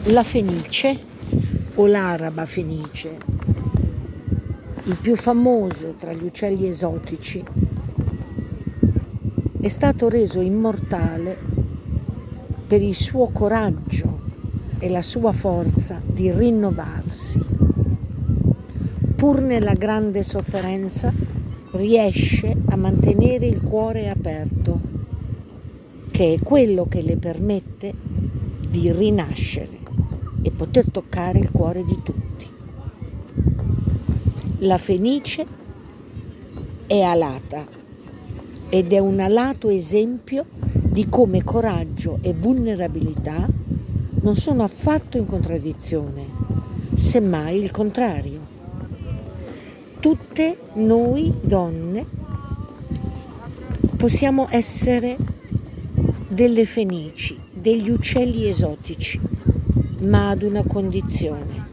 La fenice o l'araba fenice, il più famoso tra gli uccelli esotici, è stato reso immortale per il suo coraggio e la sua forza di rinnovarsi. Pur nella grande sofferenza riesce a mantenere il cuore aperto, che è quello che le permette di rinascere e poter toccare il cuore di tutti. La fenice è alata ed è un alato esempio di come coraggio e vulnerabilità non sono affatto in contraddizione, semmai il contrario. Tutte noi donne possiamo essere delle fenici, degli uccelli esotici, ma ad una condizione.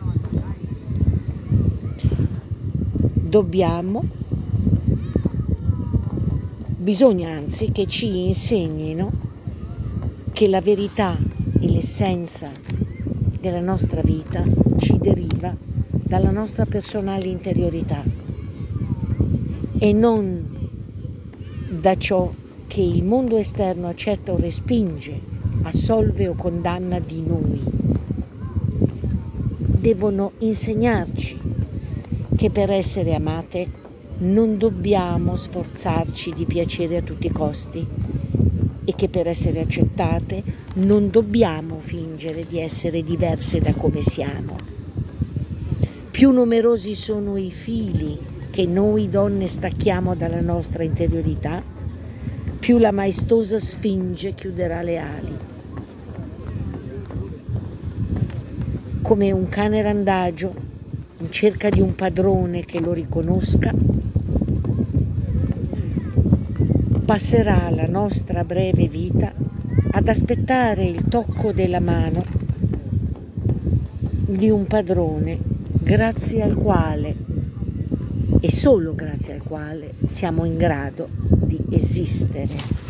Bisogna anzi che ci insegnino che la verità e l'essenza della nostra vita ci deriva dalla nostra personale interiorità e non da ciò che il mondo esterno accetta o respinge, assolve o condanna di noi. Devono insegnarci che per essere amate non dobbiamo sforzarci di piacere a tutti i costi e che per essere accettate non dobbiamo fingere di essere diverse da come siamo. Più numerosi sono i fili che noi donne stacchiamo dalla nostra interiorità, più la maestosa Sfinge chiuderà le ali. Come un cane randagio in cerca di un padrone che lo riconosca, passerà la nostra breve vita ad aspettare il tocco della mano di un padrone grazie al quale e solo grazie al quale siamo in grado di esistere.